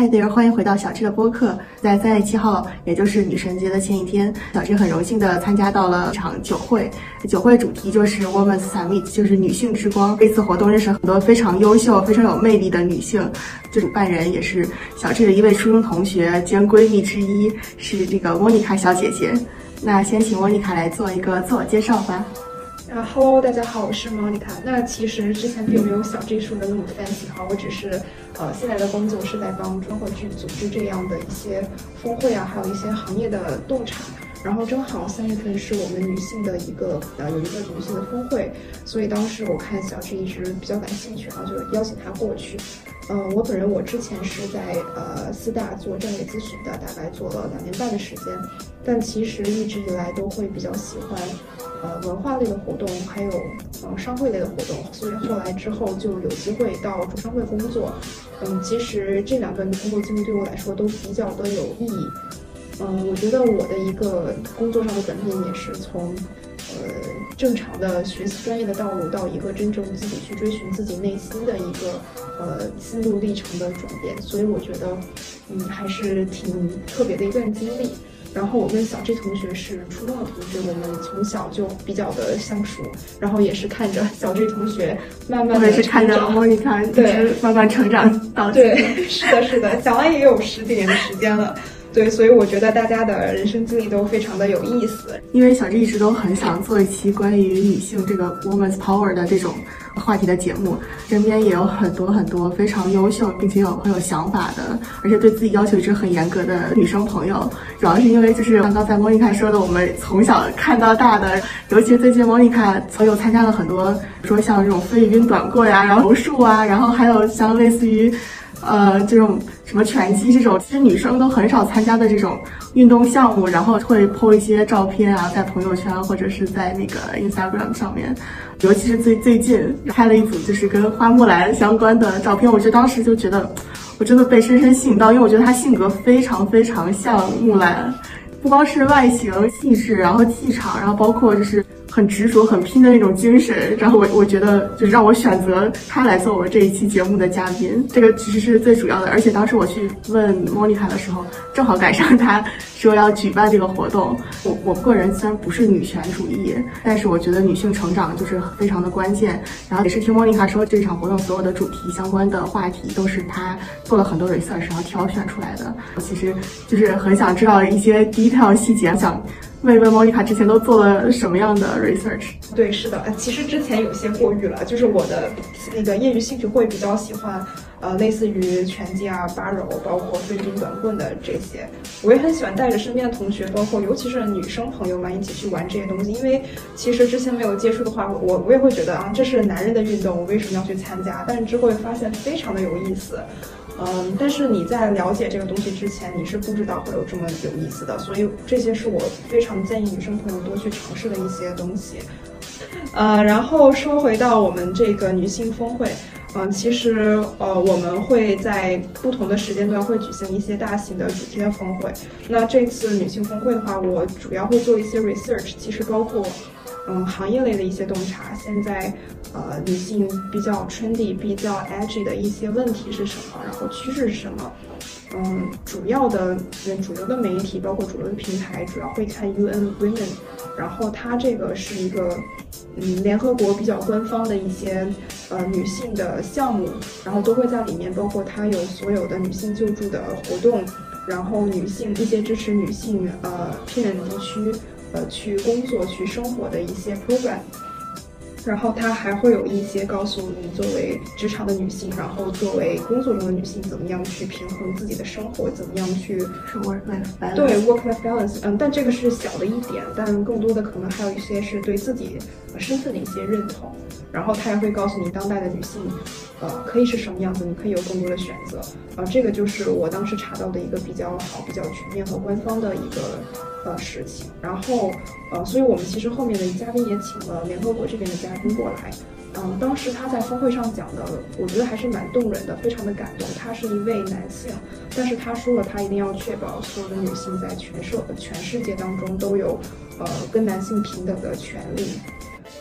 Hi there， 欢迎回到小智的播客。在3月7号，也就是女神节的前一天，小智很荣幸的参加到了一场酒会。酒会主题就是 Women's Summit， 就是女性之光。这次活动认识很多非常优秀、非常有魅力的女性。这主办人也是小智的一位初中同学兼闺蜜之一，是这个莫妮卡小姐姐。那先请莫妮卡来做一个自我介绍吧。 Hello， 大家好，我是 Monica。那其实之前并没有小 J 说的那么 fancy 哈，我只是现在的工作是在帮中汇去组织这样的一些峰会啊，还有一些行业的洞察。然后正好3月份是我们女性的有一个女性的峰会，所以当时我看小 J 一直比较感兴趣，然后就邀请他过去。我本人之前是在四大做战略咨询的，大概做了2年半的时间，但其实一直以来都会比较喜欢文化类的活动，还有商会类的活动，所以后来之后就有机会到主商会工作。其实这2段工作经历对我来说都比较的有意义。我觉得我的一个工作上的转变也是从正常的学习专业的道路到一个真正自己去追寻自己内心的一个心路历程的转变，所以我觉得还是挺特别的一段经历。然后我跟小 J 同学是初中的同学，我们从小就比较的相熟，然后也是看着小 J 同学慢慢的， 我也是看着莫妮卡一直慢慢成长到对，是的，小安也有10几年的时间了。对，所以我觉得大家的人生经历都非常的有意思。 因为小智一直都很想做一期关于女性这个 women's power 的这种话题的节目，身边也有很多非常优秀并且很有想法的，而且对自己要求一直很严格的女生朋友。主要是因为就是刚才莫妮卡说的，我们从小看到大的，尤其是最近莫妮卡又参加了很多，说像这种飞鱼短过呀，然后柔术啊，然后还有像类似于这种什么拳击这种，其实女生都很少参加的这种运动项目，然后会 po 一些照片啊，在朋友圈或者是在那个 Instagram 上面。尤其是最近拍了一组就是跟花木兰相关的照片，我觉得当时就觉得我真的被深深吸引到，因为我觉得她性格非常像木兰，不光是外形气质，然后气场，然后包括就是很执着很拼的那种精神，然后我觉得就是让我选择他来做我这一期节目的嘉宾，这个其实是最主要的。而且当时我去问莫妮卡的时候，正好赶上他说要举办这个活动。我个人虽然不是女权主义，但是我觉得女性成长就是非常的关键。然后也是听莫妮卡说，这场活动所有的主题相关的话题都是她做了很多 research 然后挑选出来的。我其实就是很想知道一些 detail 细节，想问一问莫妮卡之前都做了什么样的 research？ 对，是的，其实之前有些过誉了，就是我的那个业余兴趣会比较喜欢，类似于拳击啊、八柔，包括飞鱼短棍的这些，我也很喜欢带着身边的同学，包括尤其是女生朋友们一起去玩这些东西，因为其实之前没有接触的话，我也会觉得这是男人的运动，我为什么要去参加？但是之后会发现非常的有意思。但是你在了解这个东西之前，你是不知道会有这么有意思的，所以这些是我非常建议女生朋友多去尝试的一些东西。然后说回到我们这个女性峰会，其实我们会在不同的时间段会举行一些大型的主题的峰会。那这次女性峰会的话，我主要会做一些 research， 其实包括行业类的一些洞察，现在女性比较 trendy 比较 edgy 的一些问题是什么，然后趋势是什么。主流的媒体包括主流的平台主要会看 UN Women， 然后它这个是一个联合国比较官方的一些女性的项目，然后都会在里面，包括它有所有的女性救助的活动，然后一些支持女性偏远地区去工作去生活的一些 program。然后它还会有一些告诉你作为职场的女性，然后作为工作中的女性怎么样去平衡自己的生活，怎么样去 work-life balance。 对 work-life balance， 但这个是小的一点，但更多的可能还有一些是对自己身份的一些认同。然后它也会告诉你当代的女性可以是什么样子，你可以有更多的选择。这个就是我当时查到的一个比较好比较全面和官方的一个事情。然后所以我们其实后面的嘉宾也请了联合国这边的嘉宾过来。当时他在峰会上讲的，我觉得还是蛮动人的，非常的感动。他是一位男性，但是他说了，他一定要确保所有的女性在全世界当中都有跟男性平等的权利。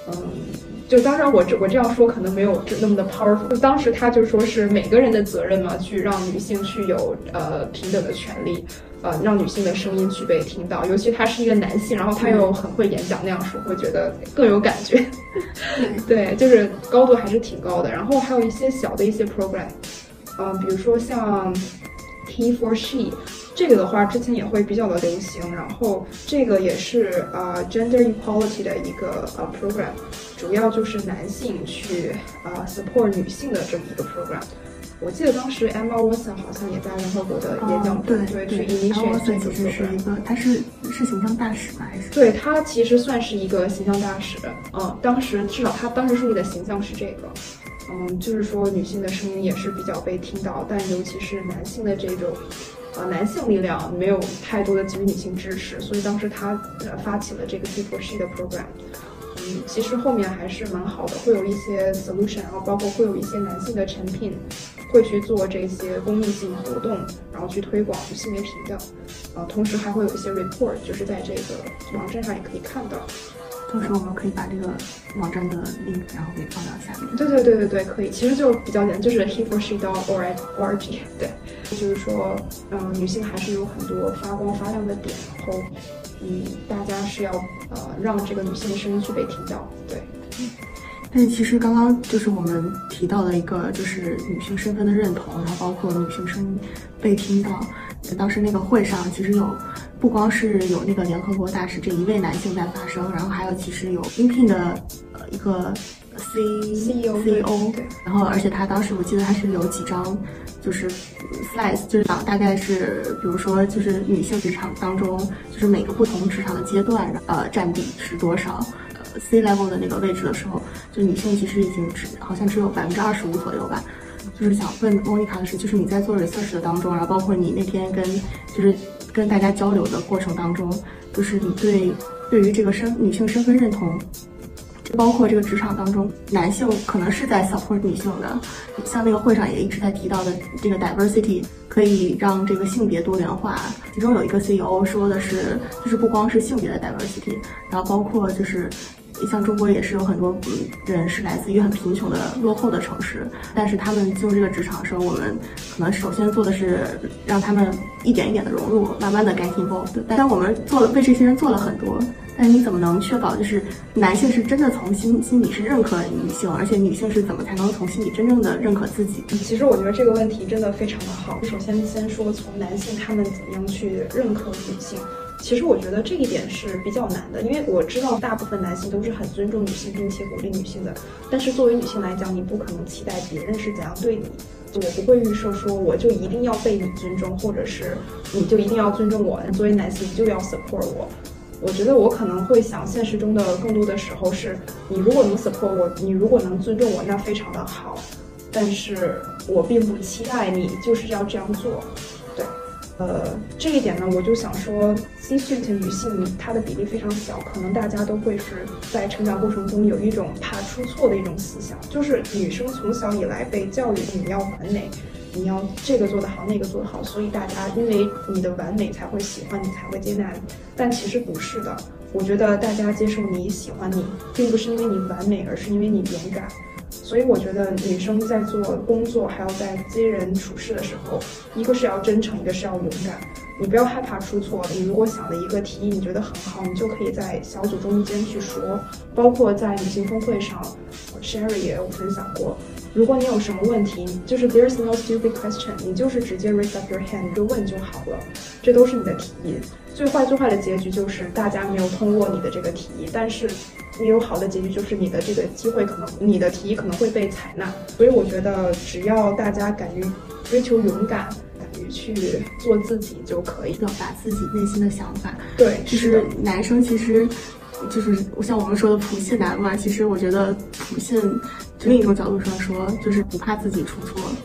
就当然我这样说可能没有那么的 powerful。就当时他就说是每个人的责任嘛，去让女性去有平等的权利，让女性的声音去被听到。尤其他是一个男性，然后他又很会演讲，那样说会觉得更有感觉。对，就是高度还是挺高的。然后还有一些小的一些 program，比如说像 He for She。这个的话，之前也会比较的流行，然后这个也是gender equality 的一个program， 主要就是男性去support 女性的这么一个 program。我记得当时 Emma Watson 好像也在联合国的演讲团队去 initiate 这个 program。 他是形象大使吗？还是？ 对，他其实算是一个形象大使。当时至少他当时树立的形象是这个。就是说女性的声音也是比较被听到，但尤其是男性的这种。男性力量没有太多的给予女性支持，所以当时他发起了这个 He for She 的 program。其实后面还是蛮好的，会有一些 solution， 然后包括会有一些男性的产品会去做这些公益性活动，然后去推广性别平等。同时还会有一些 report， 就是在这个网站上也可以看到。 到时候我们可以把这个网站的 link 然后给放到下面。 对，可以。其实就比较简单，就是 heforshe.org。对，就是说，女性还是有很多发光发亮的点，然后，大家是要让这个女性的声音去被听到。对。 但其实刚刚就是我们提到的一个就是女性身份的认同，然后包括女性声音被听到。当时那个会上其实不光是有那个联合国大使这一位男性在发声，然后还有其实有应聘的一个 CEO， 然后而且他当时我记得他是有几张就是 slides， 就是大概是比如说就是女性职场当中就是每个不同职场的阶段占比是多少。C level 的那个位置的时候，就女性其实已经好像只有25%左右吧。就是想问莫妮卡的是，就是你在做 research 的当中，然后包括你那天跟大家交流的过程当中，就是你对于这个女性身份认同，包括这个职场当中，男性可能是在 support 女性的，像那个会上也一直在提到的这个 diversity 可以让这个性别多元化。其中有一个 CEO 说的是，就是不光是性别的 diversity， 然后包括就是像中国也是有很多人是来自于很贫穷的落后的城市，但是他们进入这个职场的时候，我们可能首先做的是让他们一点一点的融入，慢慢的 get involved。但我们为这些人做了很多，但是你怎么能确保就是男性是真的从心里是认可女性，而且女性是怎么才能从心里真正的认可自己？ 其实我觉得这个问题真的非常的好。首先说从男性他们怎么样去认可女性。其实我觉得这一点是比较难的，因为我知道大部分男性都是很尊重女性并且鼓励女性的，但是作为女性来讲，你不可能期待别人是怎样对你。我不会预设说我就一定要被你尊重，或者是你就一定要尊重我，作为男性你就要 support 我。我觉得我可能会想，现实中的更多的时候是，你如果能 support 我，你如果能尊重我，那非常的好，但是我并不期待你就是要这样做。对。这一点呢，我就想说 C-suite 女性她的比例非常小，可能大家都会是在成长过程中有一种怕出错的一种思想，就是女生从小以来被教育你要完美，你要这个做得好那个做得好，所以大家因为你的完美才会喜欢你，才会接纳你，但其实不是的。我觉得大家接受你喜欢你，并不是因为你完美，而是因为你勇敢。所以我觉得女生在做工作还有在接人处事的时候，一个是要真诚，一个是要勇敢。你不要害怕出错，你如果想了一个提议你觉得很好，你就可以在小组中间去说，包括在女性峰会上 Sherry 也有分享过，如果你有什么问题，就是 there's no stupid question， 你就是直接 raise up your hand， 你就问就好了，这都是你的提议。最坏的结局就是大家没有通过你的这个提议，但是也有好的结局，就是你的这个机会你的提议可能会被采纳。所以我觉得只要大家敢于追求勇敢，敢于去做自己就可以表达自己内心的想法。 对， 就是男生其实就是像我们说的普信男嘛，其实我觉得普信另一种角度上说就是不怕自己出错，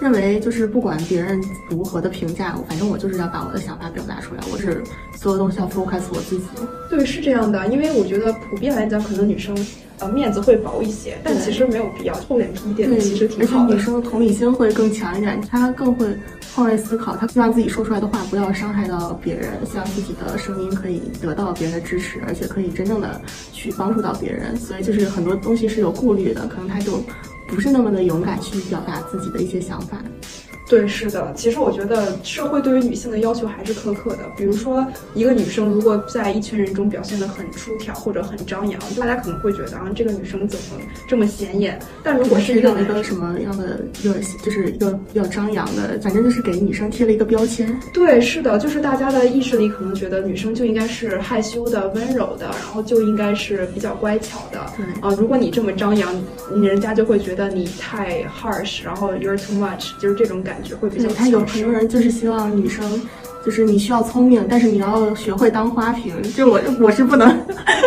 认为就是不管别人如何的评价，反正我就是要把我的想法表达出来，我是所有东西要 focus 我自己。 对，是这样的，因为我觉得普遍来讲，可能女生面子会薄一些，但其实没有必要，厚脸皮一点其实挺好的。 而且女生的同理心会更强一点，她更会换位思考，她希望自己说出来的话不要伤害到别人，希望自己的声音可以得到别人的支持，而且可以真正的去帮助到别人。所以就是很多东西是有顾虑的，可能她就不是那么的勇敢去表达自己的一些想法。 对，是的。其实我觉得社会对于女性的要求还是苛刻的。比如说，一个女生如果在一群人中表现得很出挑或者很张扬，大家可能会觉得这个女生怎么这么显眼？但如果是一个什么样的就是一个比较张扬的，反正就是给女生贴了一个标签。 对，是的，就是大家的意识里可能觉得女生就应该是害羞的、温柔的，然后就应该是比较乖巧的。 对如果你这么张扬，人家就会觉得你太 harsh， 然后 you're too much， 就是这种感觉。会比较他有很多人就是希望女生，就是你需要聪明，但是你要学会当花瓶。就我是不能，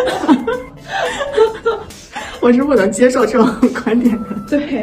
我是不能接受这种观点的。 对，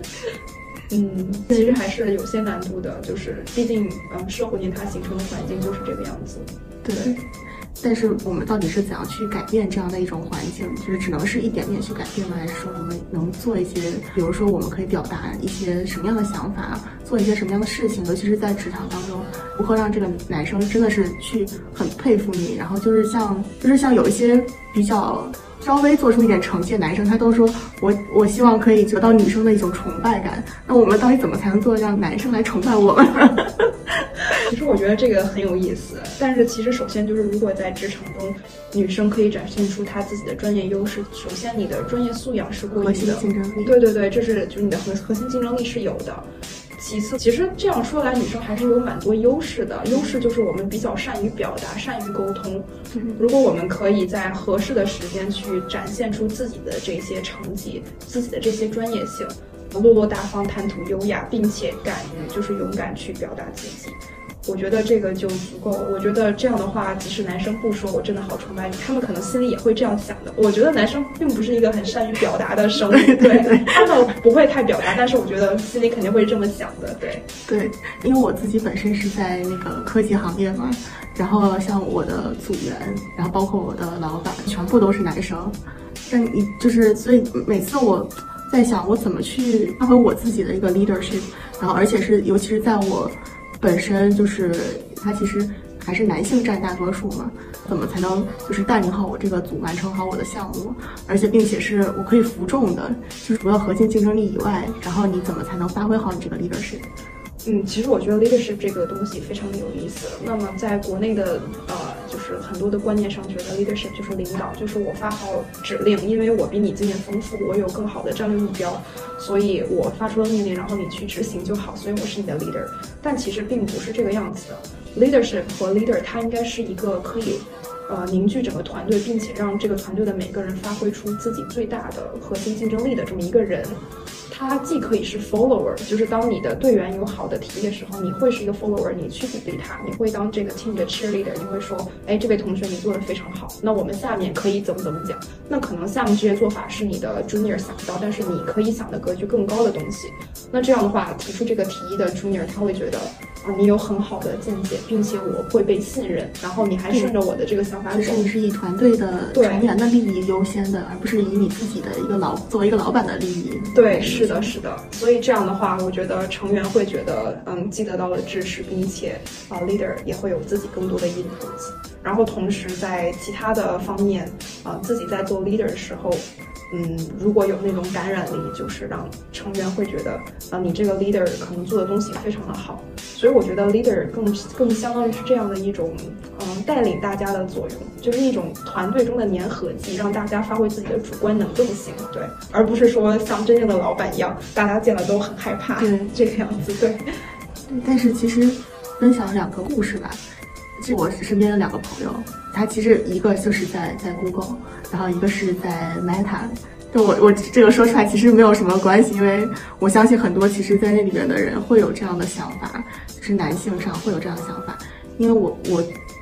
其实还是有些难度的，就是毕竟社会它形成的环境就是这个样子。 对。但是我们到底是怎样去改变这样的一种环境？就是只能是一点点去改变吗？还是说我们能做一些，比如说我们可以表达一些什么样的想法，做一些什么样的事情？尤其是在职场当中，如何让这个男生真的是去很佩服你，然后就是像有一些比较稍微做出一点成绩的男生，他都说我希望可以得到女生的一种崇拜感。那我们到底怎么才能做让男生来崇拜我们？ 其实我觉得这个很有意思，但是其实首先就是如果在职场中，女生可以展现出她自己的专业优势，首先你的专业素养是过硬的， 核心竞争力。 对，这是就是你的核心竞争力是有的。其次，其实这样说来，女生还是有蛮多优势的。优势就是我们比较善于表达，善于沟通。如果我们可以在合适的时间去展现出自己的这些成绩，自己的这些专业性，落落大方，谈吐优雅，并且敢于就是勇敢去表达自己。我觉得这个就足够。我觉得这样的话，即使男生不说我真的好崇拜你，他们可能心里也会这样想的。我觉得男生并不是一个很善于表达的生物，对，他们不会太表达，但是我觉得心里肯定会这么想的。 对，因为我自己本身是在那个科技行业嘛，然后像我的组员，然后包括我的老板，全部都是男生。但你就是所以每次我在想我怎么去发挥我自己的一个 leadership， 然后而且是尤其是在我本身就是他其实还是男性占大多数嘛，怎么才能就是带领好我这个组，完成好我的项目，而且并且是我可以服众的，就是除了核心竞争力以外，然后你怎么才能发挥好你这个 leadership？ 其实我觉得 leadership 这个东西非常的有意思。那么在国内的就是很多的观念上，觉得 leadership 就是领导，就是我发号指令，因为我比你经验丰富，我有更好的战略目标，所以我发出了命令，然后你去执行就好，所以我是你的 leader。但其实并不是这个样子的。leadership 和 leader 它应该是一个可以凝聚整个团队，并且让这个团队的每个人发挥出自己最大的核心竞争力的这么一个人。他既可以是 follower， 就是当你的队员有好的提议的时候，你会是一个 follower， 你去鼓励他，你会当这个 team 的 cheerleader， 你会说，这位同学你做得非常好，那我们下面可以怎么讲？那可能下面这些做法是你的 junior 想不到，但是你可以想的格局更高的东西。那这样的话，提出这个提议的 junior 他会觉得你有很好的见解，并且我会被信任，然后你还顺着我的这个想法走。 就是你是以团队的成员的利益优先的，而不是以你自己的作为一个老板的利益。 对，是的。所以这样的话，我觉得成员会觉得既得到了支持，并且leader 也会有自己更多的 input。然后同时在其他的方面自己在做 leader 的时候，如果有那种感染力，就是让成员会觉得你这个 leader 可能做的东西非常的好。所以我觉得 leader 更相当于是这样的一种带领大家的作用，就是一种团队中的粘合剂，让大家发挥自己的主观能动性，对，而不是说像真正的老板一样，大家见了都很害怕， 对， 这个样子，对。 但是其实分享2个故事吧，是我身边的2个朋友，他其实一个就是在 Google， 然后一个是在 Meta。就我这个说出来其实没有什么关系，因为我相信很多其实在那里面的人会有这样的想法，就是男性上会有这样的想法。因为我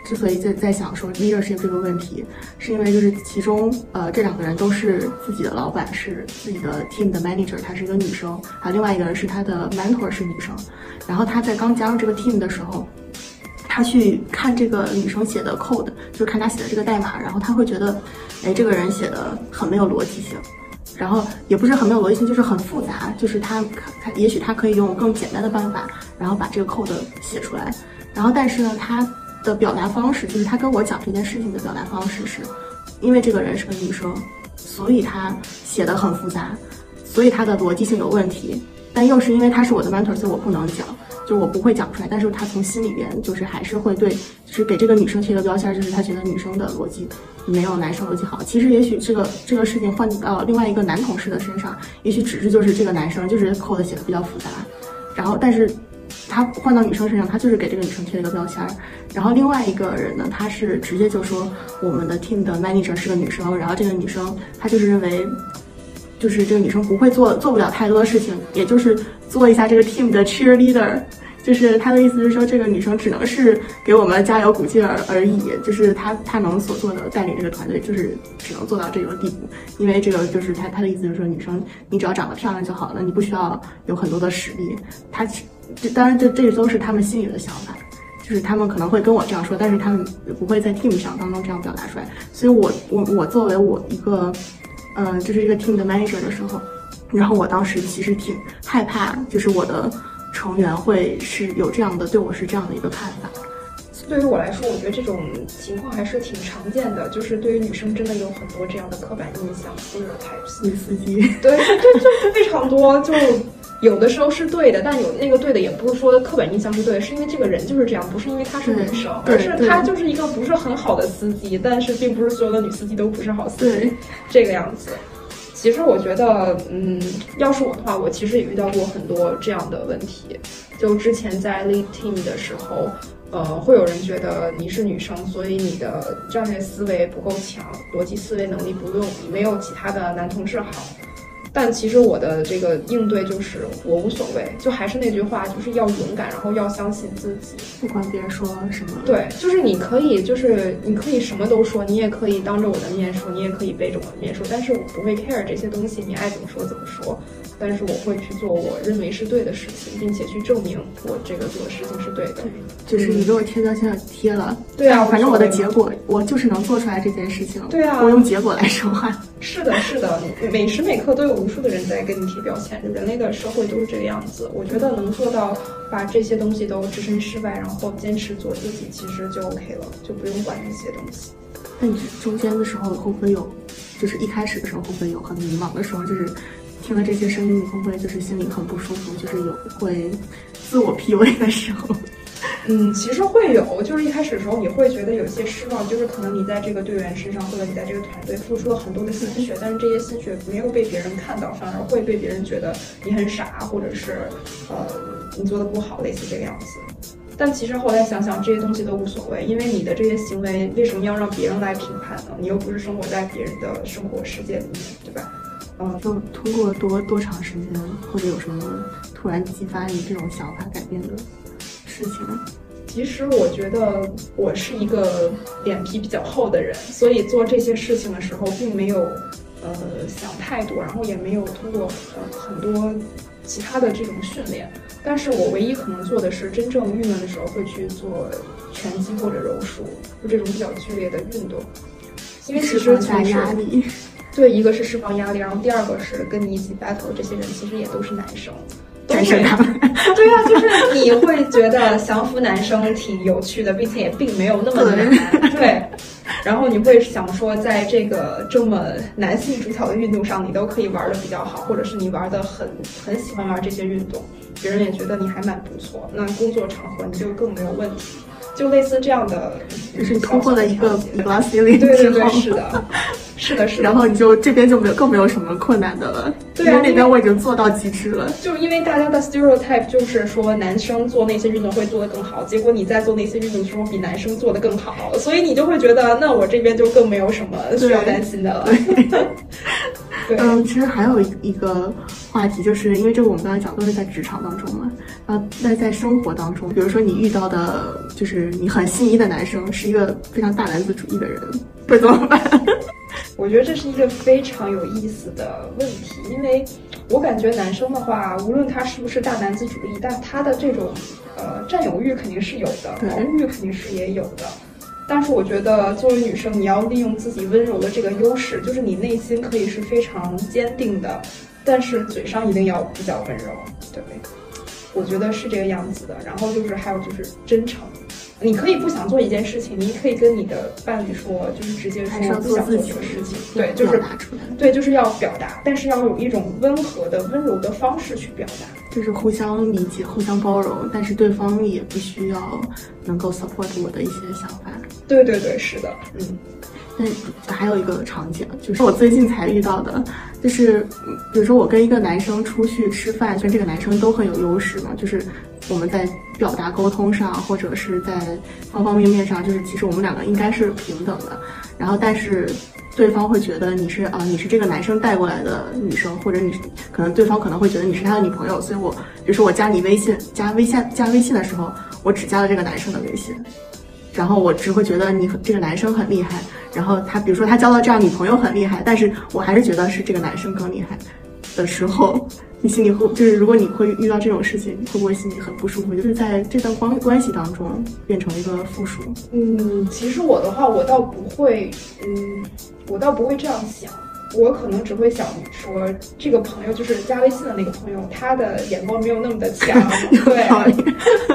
之所以在想说 leadership 这个问题，是因为就是其中这2个人都是自己的老板，是自己的 team 的 manager， 她是一个女生，还有另外一个人是她的 mentor 是女生。然后她在刚加入这个 team 的时候，她去看这个女生写的 code， 就是看她写的这个代码，然后她会觉得，哎，这个人写的很没有逻辑性。然后也不是很没有逻辑性，就是很复杂，就是他也许他可以用更简单的办法，然后把这个 code 写出来。然后但是呢，他的表达方式，就是他跟我讲这件事情的表达方式是，因为这个人是个女生，所以他写的很复杂，所以他的逻辑性有问题。但又是因为他是我的 mentor， 所以我不能讲，就我不会讲出来。但是他从心里边就是还是会对，就是给这个女生贴个标签，就是他觉得女生的逻辑没有男生逻辑好。其实也许这个事情换到另外一个男同事的身上，也许只是就是这个男生就是 code 写的比较复杂，然后但是他换到女生身上，他就是给这个女生贴了一个标签。然后另外一个人呢，他是直接就说我们的 team 的 manager 是个女生，然后这个女生她就是认为，就是这个女生不会做不了太多事情，也就是做一下这个 team 的 cheerleader， 就是他的意思是说这个女生只能是给我们加油鼓劲而已，就是她能所做的带领这个团队就是只能做到这个地步。因为这个就是他的意思就是说女生你只要长得漂亮就好了，你不需要有很多的实力。当然这都是他们心里的想法，就是他们可能会跟我这样说，但是他们不会在 team 上当中这样表达出来。所以我作为我一个就是一个 team 的 manager 的时候，然后我当时其实挺害怕，就是我的成员会是有这样的对我是这样的一个看法。 对于我来说，我觉得这种情况还是挺常见的，就是对于女生真的有很多这样的刻板印象 stereotypes。 女司机， 对，这非常多，就有的时候是对的，但有那个对的也不是说刻板印象是对的，是因为这个人就是这样，不是因为她是女生，而是她就是一个不是很好的司机，但是并不是所有的女司机都不是好司机，这个样子。其实我觉得，要是我的话，我其实也遇到过很多这样的问题。就之前在 lead team 的时候，会有人觉得你是女生，所以你的战略思维不够强，逻辑思维能力没有其他的男同事好。但其实我的这个应对就是我无所谓，就还是那句话，就是要勇敢，然后要相信自己， 不管别人说什么。 对，就是你可以什么都说，你也可以当着我的面说，你也可以背着我的面说，但是我不会 care 这些东西，你爱怎么说怎么说。但是我会去做我认为是对的事情，并且去证明我这个做的事情是对的。 对，就是你给我贴标签贴了， 对啊， 反正我的结果我就是能做出来这件事情。 对啊， 我用结果来说话。 是的，每时每刻都有无数的人在跟你贴标签，人类的社会都是这个样子。我觉得能做到把这些东西都置身事外，然后坚持做自己，其实就 OK 了，就不用管那些东西。 那你中间的时候会不会有，就是一开始的时候会不会有很迷茫的时候，就是听了这些声音，你会不会就是心里很不舒服，就是会自我 PUA 的时候？ 其实会有，就是一开始的时候你会觉得有些失望，就是可能你在这个队员身上或者你在这个团队付出了很多的心血，但是这些心血没有被别人看到，反而会被别人觉得你很傻，或者是你做的不好，类似这个样子。但其实后来想想，这些东西都无所谓，因为你的这些行为为什么要让别人来评判呢？你又不是生活在别人的生活世界里面，对吧？ 就通过多长时间，或者有什么突然激发你这种想法改变的事情？ 其实我觉得我是一个脸皮比较厚的人，所以做这些事情的时候并没有想太多，然后也没有通过很多其他的这种训练。但是我唯一可能做的是，真正郁闷的时候会去做拳击或者柔术，就这种比较剧烈的运动。因为其实从事压力， 对，一个是释放压力，然后第二个是跟你一起 battle 这些人其实也都是男生。 战胜他们。 对啊，就是你会觉得降服男生挺有趣的，并且也并没有那么难。对，然后你会想说，在这个这么男性主导的运动上，你都可以玩的比较好，或者是你玩的很喜欢玩这些运动，别人也觉得你还蛮不错。那工作场合你就更没有问题。就类似这样的， 就是突破了一个 glass ceiling 之后，是的， 然后你就这边就更没有什么困难的了， 对啊， 那边我已经做到极致了。 就是因为大家的 stereotype 就是说男生做那些运动会做得更好，结果你在做那些运动的时候比男生做得更好，所以你就会觉得那我这边就更没有什么需要担心的了。 其实还有一个话题，就是因为这个我们刚才讲都是在职场当中嘛，那在生活当中，比如说你遇到的就是你很心仪的男生是一个非常大男子主义的人，会怎么办？ 我觉得这是一个非常有意思的问题，因为我感觉男生的话，无论他是不是大男子主义，但他的这种占有欲肯定是有的，保护欲肯定是也有的。但是我觉得作为女生，你要利用自己温柔的这个优势，就是你内心可以是非常坚定的，但是嘴上一定要比较温柔。对，我觉得是这个样子的。然后就是还有就是真诚。你可以不想做一件事情，你可以跟你的伴侣说，就是直接说不想做这个事情。对，就是对，就是要表达，但是要有一种温和的、温柔的方式去表达， 就是互相理解、互相包容，但是对方也必须要能够 support 我的一些想法。 对，是的， 但还有一个场景，就是我最近才遇到的，就是比如说我跟一个男生出去吃饭，跟这个男生都很有优势嘛，就是我们在表达沟通上，或者是在方方面面上，就是其实我们两个应该是平等的。然后但是对方会觉得你是这个男生带过来的女生，或者可能对方可能会觉得你是他的女朋友，所以我比如说我加你微信，加微信的时候，我只加了这个男生的微信。然后我只会觉得你这个男生很厉害，然后比如说他交到这样女朋友很厉害，但是我还是觉得是这个男生更厉害的时候，你心里会就是如果你会遇到这种事情，你会不会心里很不舒服？就是在这段关系当中变成了一个附属。 其实我的话，我倒不会这样想。我可能只会想说，这个朋友就是加微信的那个朋友，他的眼光没有那么的强，对，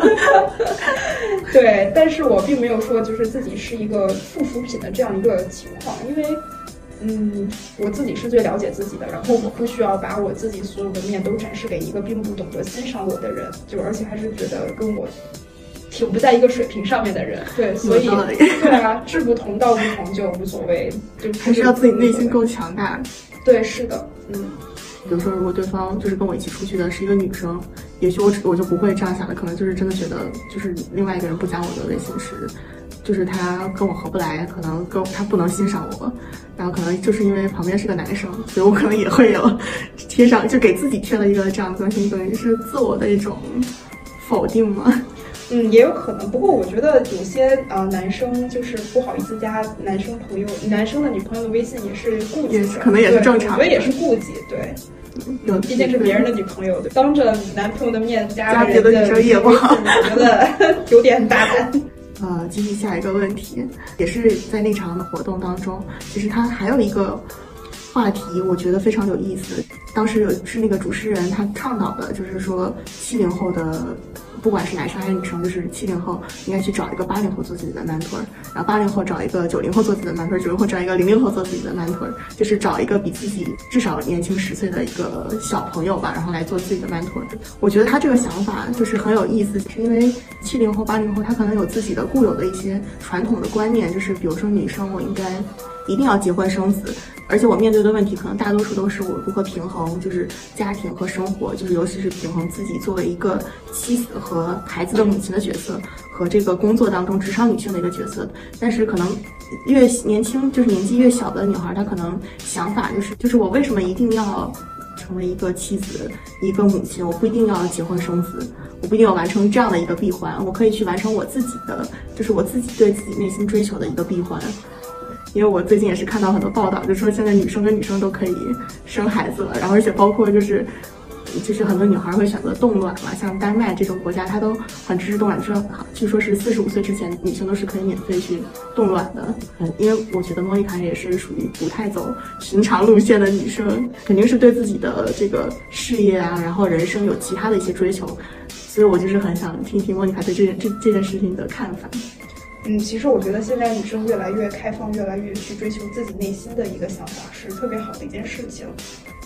对，但是我并没有说就是自己是一个附属品的这样一个情况，因为，我自己是最了解自己的，然后我不需要把我自己所有的面都展示给一个并不懂得欣赏我的人，而且还是觉得跟我挺不在一个水平上面的人，对，所以对啊，志不同道不同就无所谓，就还是要自己内心够强大。 对，是的， 比如说，如果对方就是跟我一起出去的是一个女生，也许我就不会这样想的，可能就是真的觉得就是另外一个人不加我的微信就是他跟我合不来，可能他不能欣赏我，然后可能就是因为旁边是个男生，所以我可能也会有贴上，就给自己贴了一个这样的关系，等于是自我的一种否定嘛。 也有可能，不过我觉得有些男生就是不好意思加男生的女朋友的微信，也是顾忌， 可能也是正常的， 我觉得也是顾忌，对，毕竟是别人的女朋友，当着男朋友的面加别的女生也不好， 我觉得有点大胆。 继续下一个问题，也是在那场的活动当中，其实他还有一个话题，我觉得非常有意思。当时是那个主持人他倡导的，就是说70后的。不管是男生还是女生，就是70后应该去找一个80后做自己的 mentor， 然后80后找一个90后做自己的 mentor， 90后找一个00后做自己的 mentor， 就是找一个比自己至少年轻10岁的一个小朋友吧，然后来做自己的 mentor。我觉得他这个想法就是很有意思，是因为70后、80后他可能有自己的固有的一些传统的观念，就是比如说女生我应该一定要结婚生子，而且我面对的问题可能大多数都是我如何平衡就是家庭和生活，就是尤其是平衡自己作为一个妻子和孩子的母亲的角色和这个工作当中职场女性的一个角色。但是可能越年轻就是年纪越小的女孩，她可能想法就是我为什么一定要成为一个妻子一个母亲，我不一定要结婚生子，我不一定要完成这样的一个闭环，我可以去完成我自己的就是我自己对自己内心追求的一个闭环。因为我最近也是看到很多报道，就说现在女生跟女生都可以生孩子了，然后而且包括就是很多女孩会选择冻卵嘛，像丹麦这种国家，它都很支持冻卵，据说是45岁之前女性都是可以免费去冻卵的。因为我觉得莫妮卡也是属于不太走寻常路线的女生，肯定是对自己的这个事业啊，然后人生有其他的一些追求，所以我就是很想听听莫妮卡对这件事情的看法。 其实我觉得现在女生越来越开放，越来越去追求自己内心的一个想法，是特别好的一件事情。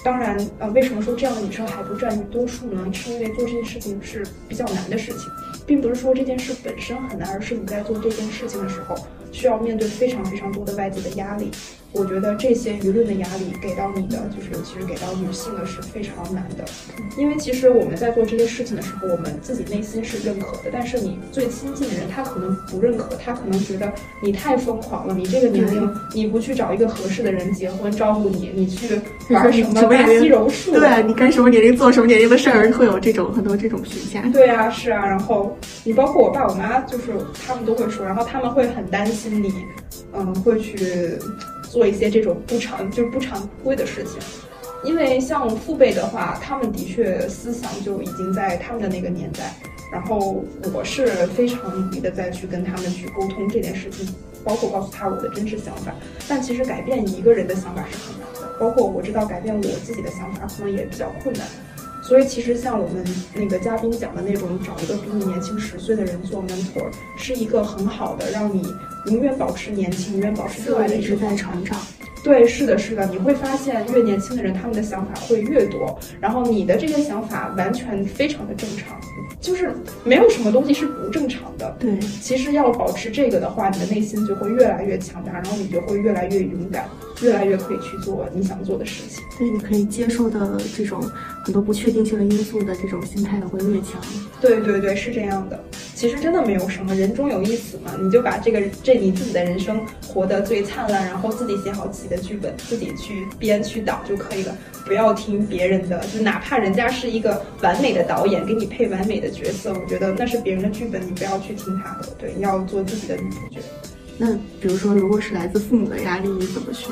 当然，为什么说这样的女生还不占多数呢？是因为做这件事情是比较难的事情，并不是说这件事本身很难，而是你在做这件事情的时候，需要面对非常非常多的外界的压力。我觉得这些舆论的压力给到你的，就是尤其是给到女性的是非常难的。因为其实我们在做这些事情的时候，我们自己内心是认可的，但是你最亲近的人他可能不认可，他可能觉得你太疯狂了，你这个年龄你不去找一个合适的人结婚照顾你，你去玩什么巴西柔术， 对，你干什么年龄做什么年龄的事儿，会有这种很多这种评价。 对啊，是啊，然后你包括我爸我妈，就是他们都会说，然后他们会很担心你，会去做一些这种不常规的事情。因为像父辈的话，他们的确思想就已经在他们的那个年代，然后我是非常努力的再去跟他们去沟通这件事情，包括告诉他我的真实想法。但其实改变一个人的想法是很难的，包括我知道改变我自己的想法可能也比较困难。所以其实像我们那个嘉宾讲的那种，找一个比你年轻10岁的人做 mentor， 是一个很好的让你永远保持年轻、永远保持热爱的一个在成长。 对，是的，是的，你会发现越年轻的人，他们的想法会越多，然后你的这些想法完全非常的正常，就是没有什么东西是不正常的。 对， 其实要保持这个的话，你的内心就会越来越强大，然后你就会越来越勇敢，越来越可以去做你想做的事情。 对，你可以接受的这种很多不确定性的因素的这种心态会越强。 对对对，是这样的。其实真的没有什么，人终有一死嘛，你就把你自己的人生活得最灿烂，然后自己写好自己的剧本，自己去编去导就可以了，不要听别人的，就哪怕人家是一个完美的导演，给你配完美的角色，我觉得那是别人的剧本，你不要去听他的，对，你要做自己的女主角。 那比如说，如果是来自父母的压力，你怎么去？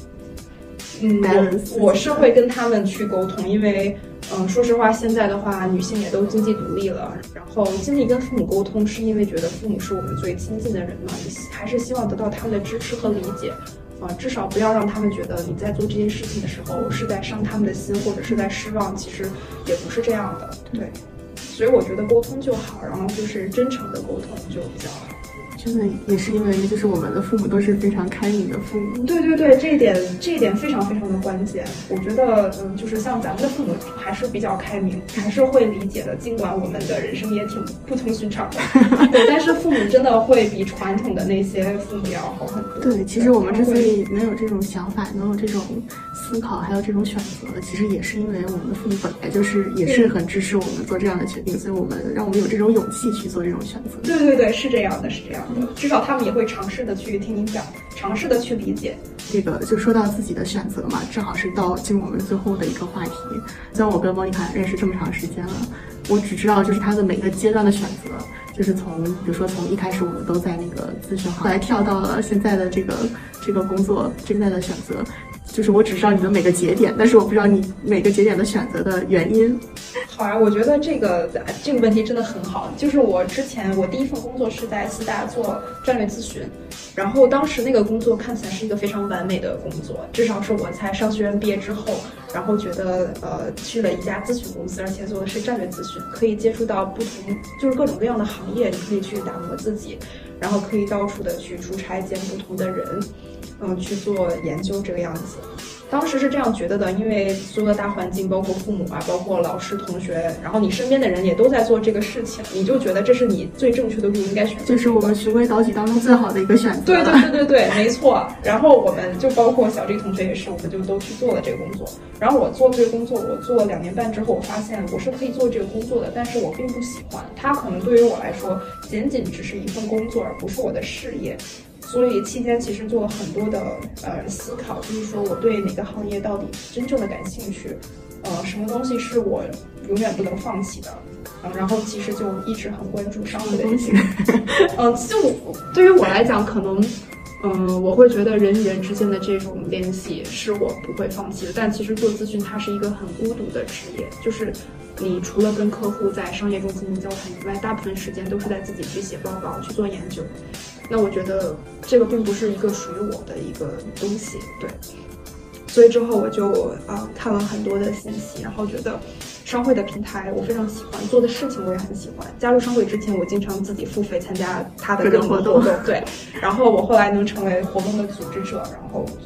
我是会跟他们去沟通，因为说实话，现在的话，女性也都经济独立了，然后尽力跟父母沟通，是因为觉得父母是我们最亲近的人嘛，还是希望得到他们的支持和理解，至少不要让他们觉得你在做这件事情的时候是在伤他们的心，或者是在失望，其实也不是这样的，对，所以我觉得沟通就好，然后就是真诚的沟通就比较好。 真的也是因为就是我们的父母都是非常开明的父母。 对对对，这一点非常非常的关键。我觉得就是像咱们的父母还是比较开明，还是会理解的，尽管我们的人生也挺不同寻常的。对，但是父母真的会比传统的那些父母要好很多。 对，其实我们之所以能有这种想法，能有这种思考，还有这种选择，其实也是因为我们的父母本来也是很支持我们做这样的决定，所以让我们有这种勇气去做这种选择。 对对对，是这样的，是这样的。至少他们也会尝试的去听你讲，尝试的去理解。 这个就说到自己的选择嘛，正好是进入我们最后的一个话题。虽然我跟莫妮卡认识这么长时间了，我只知道就是她的每个阶段的选择，就是比如说从一开始我们都在那个咨询，后来跳到了现在的这个工作，现在的选择。就是我只知道你的每个节点，但是我不知道你每个节点的选择的原因。 好啊，我觉得这个问题真的很好。就是我第一份工作是在四大做战略咨询，然后当时那个工作看起来是一个非常完美的工作，至少是我在商学院毕业之后，然后觉得去了一家咨询公司，而且做的是战略咨询，可以接触到不同就是各种各样的行业，你可以去打磨自己，然后可以到处的去出差见不同的人。去做研究这个样子，当时是这样觉得的，因为所有的大环境，包括父母啊，包括老师、同学，然后你身边的人也都在做这个事情，你就觉得这是你最正确的路，应该选择， 就是我们循规蹈矩当中最好的一个选择。 对对对对对，没错。然后我们就包括小 J 同学也是，我们就都去做了这个工作。然后我做这个工作，我做了2年半之后，我发现我是可以做这个工作的，但是我并不喜欢它，可能对于我来说，仅只是一份工作，而不是我的事业。所以期间其实做了很多的思考，就是说我对哪个行业到底真正的感兴趣，什么东西是我永远不能放弃的，然后其实就一直很关注商会的这些，就对于我来讲，可能我会觉得人与人之间的这种联系是我不会放弃的，但其实做咨询它是一个很孤独的职业，就是你除了跟客户在商业中进行交谈以外，大部分时间都是在自己去写报告、去做研究。那我觉得这个并不是一个属于我的一个东西，对。所以之后我就看了很多的信息，然后觉得商会的平台我非常喜欢，做的事情我也很喜欢。加入商会之前，我经常自己付费参加他的各种活动，对。然后我后来能成为活动的组织者，然后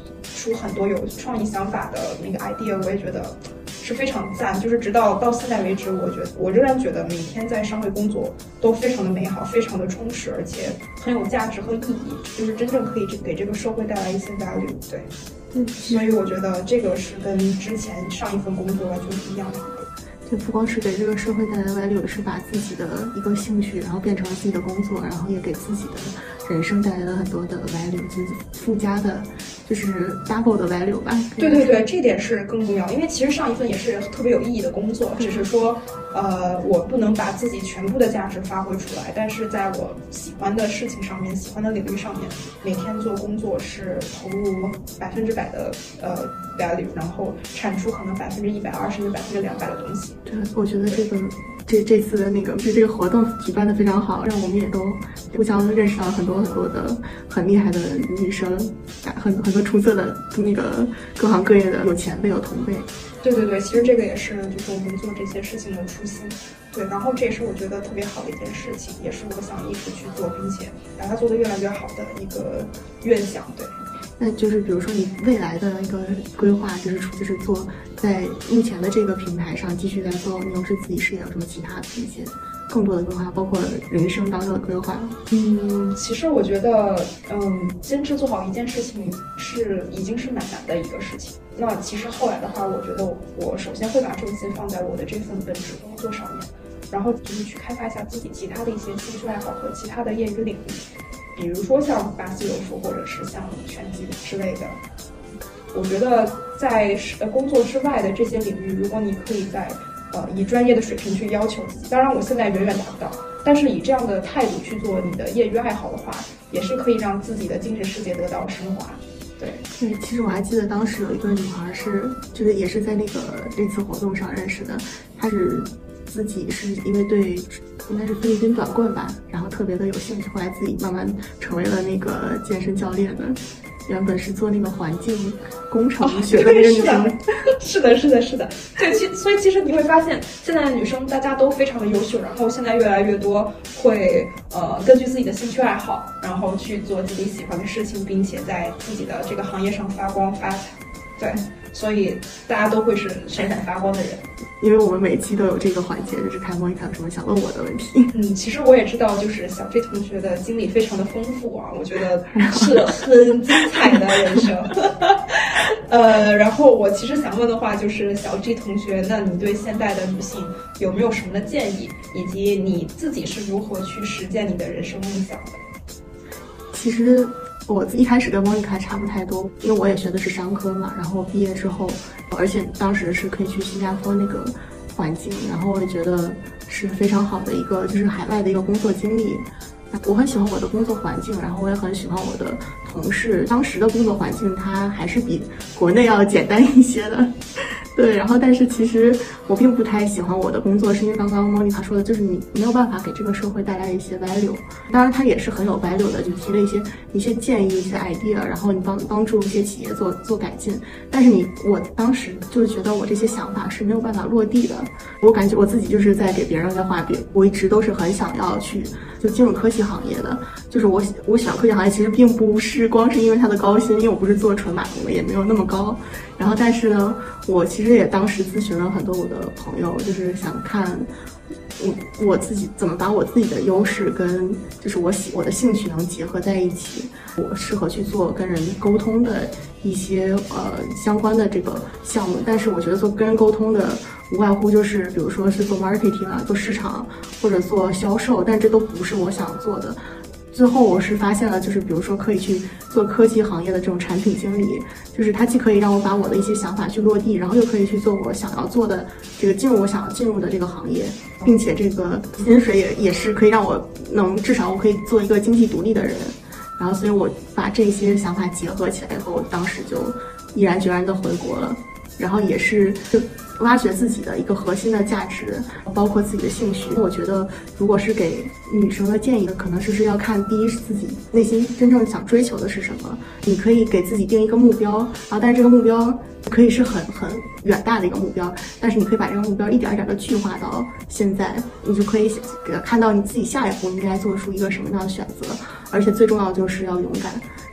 出很多有创意想法的那个 idea， 我也觉得是非常赞。就是直到现在为止，我仍然觉得每天在商会工作都非常的美好，非常的充实，而且很有价值和意义，就是真正可以给这个社会带来一些 value。对，所以我觉得这个是跟之前上一份工作完全不一样的。 就不光是给这个社会带来 value， 是把自己的一个兴趣，然后变成了自己的工作，然后也给自己的人生带来了很多的 value， 就是附加的，就是 double 的 value 吧。 对，这点是更重要，因为其实上一份也是特别有意义的工作，只是说，我不能把自己全部的价值发挥出来，但是在我喜欢的事情上面、喜欢的领域上面，每天做工作是投入100%的value， 然后产出可能120%甚至200%的东西。 对，我觉得这次的这个活动举办的非常好，让我们也都互相认识到很多的很厉害的女生，很多出色的各行各业的有前辈有同辈。 对，其实这个也是就是我们做这些事情的初心。对，然后这也是我觉得特别好的一件事情，也是我想一直去做，并且把它做得越来越好的一个愿想。对。 那就是比如说你未来的一个规划，就是做在目前的这个平台上继续在做牛市自己事业，有什么其他的一些更多的规划，包括人生当中的规划？ 其实我觉得，坚持做好一件事情已经是蛮难的一个事情。那其实后来的话，我觉得我首先会把重心放在我的这份本职工作上面，然后就是去开发一下自己其他的一些兴趣爱好和其他的业余领域。比如说像巴西柔术，或者是像拳击之类的，我觉得在工作之外的这些领域，如果你可以在以专业的水平去要求自己，当然我现在远远达不到，但是以这样的态度去做你的业余爱好的话，也是可以让自己的精神世界得到升华。对， 其实我还记得当时有一个女孩就是也是在这次活动上认识的，她是自己是因为对应该是菲律宾短棍吧，然后特别的有兴趣，后来自己慢慢成为了那个健身教练的。原本是做那个环境工程学的那个女生。 是的。对，所以其实你会发现，现在的女生大家都非常的优秀，然后现在越来越多会根据自己的兴趣爱好，然后去做自己喜欢的事情，并且在自己的这个行业上发光发财。对，所以大家都会是闪闪发光的人。 因为我们每期都有这个环节，就是看Monica有什么想问我的问题。 其实我也知道，就是小 G 同学的经历非常的丰富啊，我觉得是很精彩的人生。然后我其实想问的话，就是小 G 同学，那你对现代的女性有没有什么的建议，以及你自己是如何去实践你的人生梦想的？ 其实我一开始跟Monica差不太多，因为我也学的是商科嘛，然后毕业之后，而且当时是可以去新加坡那个环境，然后我也觉得是非常好的一个就是海外的一个工作经历。我很喜欢我的工作环境，然后我也很喜欢我的同事。当时的工作环境它还是比国内要简单一些的，对。然后但是其实我并不太喜欢我的工作，是因为刚刚Monica说的，就是你没有办法给这个社会带来一些 value。当然它也是很有 value的，就提了一些建议、一些 idea， 然后你帮助一些企业做改进。但是我当时就是觉得我这些想法是没有办法落地的。我感觉我自己就是在给别人在画饼，我一直都是很想要去就进入科技行业的。就是我喜欢科技行业，其实并不是光是因为它的高薪，因为我不是做纯码农的，也没有那么高。然后但是呢，我其实也当时咨询了很多我的朋友，就是想看我自己怎么把我自己的优势跟就是我的兴趣能结合在一起，我适合去做跟人沟通的一些相关的这个项目。但是我觉得做跟人沟通的无外乎就是比如说是做 marketing 啊，做市场或者做销售，但这都不是我想做的。最后我是发现了，就是比如说可以去做科技行业的这种产品经理，就是它既可以让我把我的一些想法去落地，然后又可以去做我想要做的这个进入我想要进入的这个行业，并且这个薪水也是可以让我至少我可以做一个经济独立的人。然后所以我把这些想法结合起来以后，当时就毅然决然的回国了。然后也是就挖掘自己的一个核心的价值，包括自己的兴趣。我觉得如果是给女生的建议，可能是要看第一是自己内心真正想追求的是什么。你可以给自己定一个目标，然后但是这个目标可以是很远大的一个目标，但是你可以把这个目标一点一点的具化到现在，你就可以看到你自己下一步应该做出一个什么样的选择。而且最重要的就是要勇敢，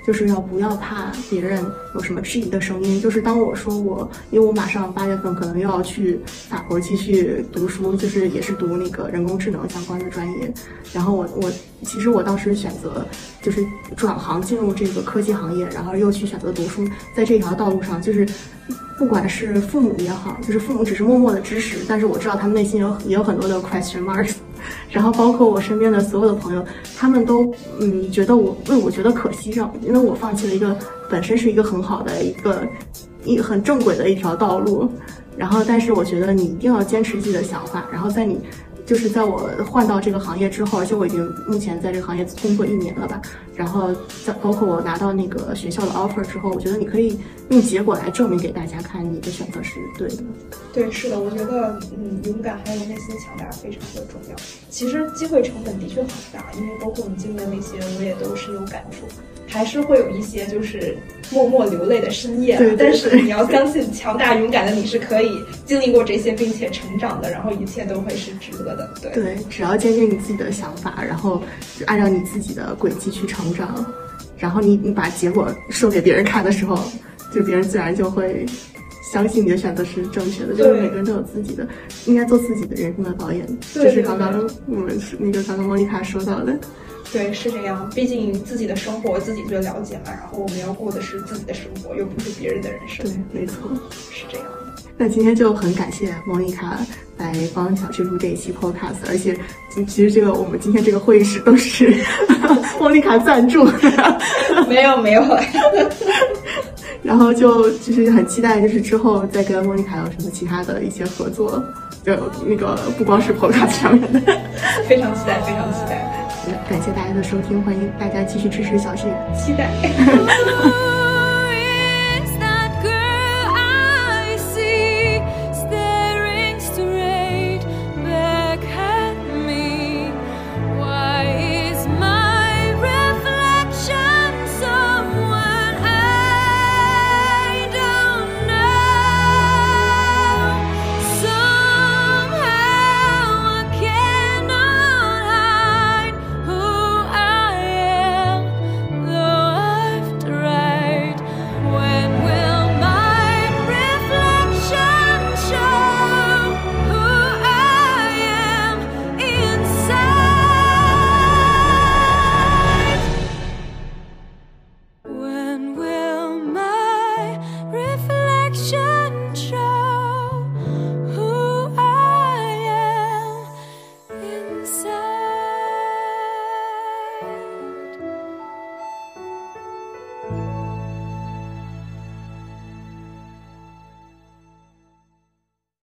就是不要怕别人有什么质疑的声音。就是当我说因为我马上8月份可能又要去法国继续读书，就是也是读那个人工智能相关的专业。然后其实我当时选择就是转行进入这个科技行业，然后又去选择读书，在这条道路上，就是不管是父母也好，就是父母只是默默的支持，但是我知道他们内心也有很多的 question marks。然后包括我身边的所有的朋友，他们都觉得我觉得可惜，因为我放弃了一个本身是一个很好的一个很正轨的一条道路。然后但是我觉得你一定要坚持自己的想法，然后在我换到这个行业之后，而且我已经目前在这个行业工作1年了吧，然后包括我拿到那个学校的 offer 之后，我觉得你可以用结果来证明给大家看你的选择是对的。 对，是的，我觉得勇敢还有内心强大非常的重要。其实机会成本的确很大，因为包括你经历的那些，我也都深有感触。还是会有一些就是默默流泪的深夜， 对， 但是你要相信强大勇敢的你是可以经历过这些并且成长的，然后一切都会是值得的。 对，只要坚定你自己的想法，然后就按照你自己的轨迹去成长，然后你把结果说给别人看的时候，就别人自然就会相信你的选择是正确的。就是每个人都有自己的，应该做自己的人生的导演。就是刚刚我们刚刚莫妮卡说到的。 对，是这样。毕竟自己的生活自己最了解嘛，然后我们要过的是自己的生活，又不是别人的人生。 对，没错， 是这样的。 那今天就很感谢莫妮卡来帮小区录这一期 podcast， 而且其实我们今天这个会议室都是莫妮卡赞助的。 没有。 然后就是很期待，就是之后再跟莫妮卡有什么其他的一些合作，就那个不光是 podcast 上面的。 非常期待，非常期待。 感谢大家的收听，欢迎大家继续支持小聚， 期待。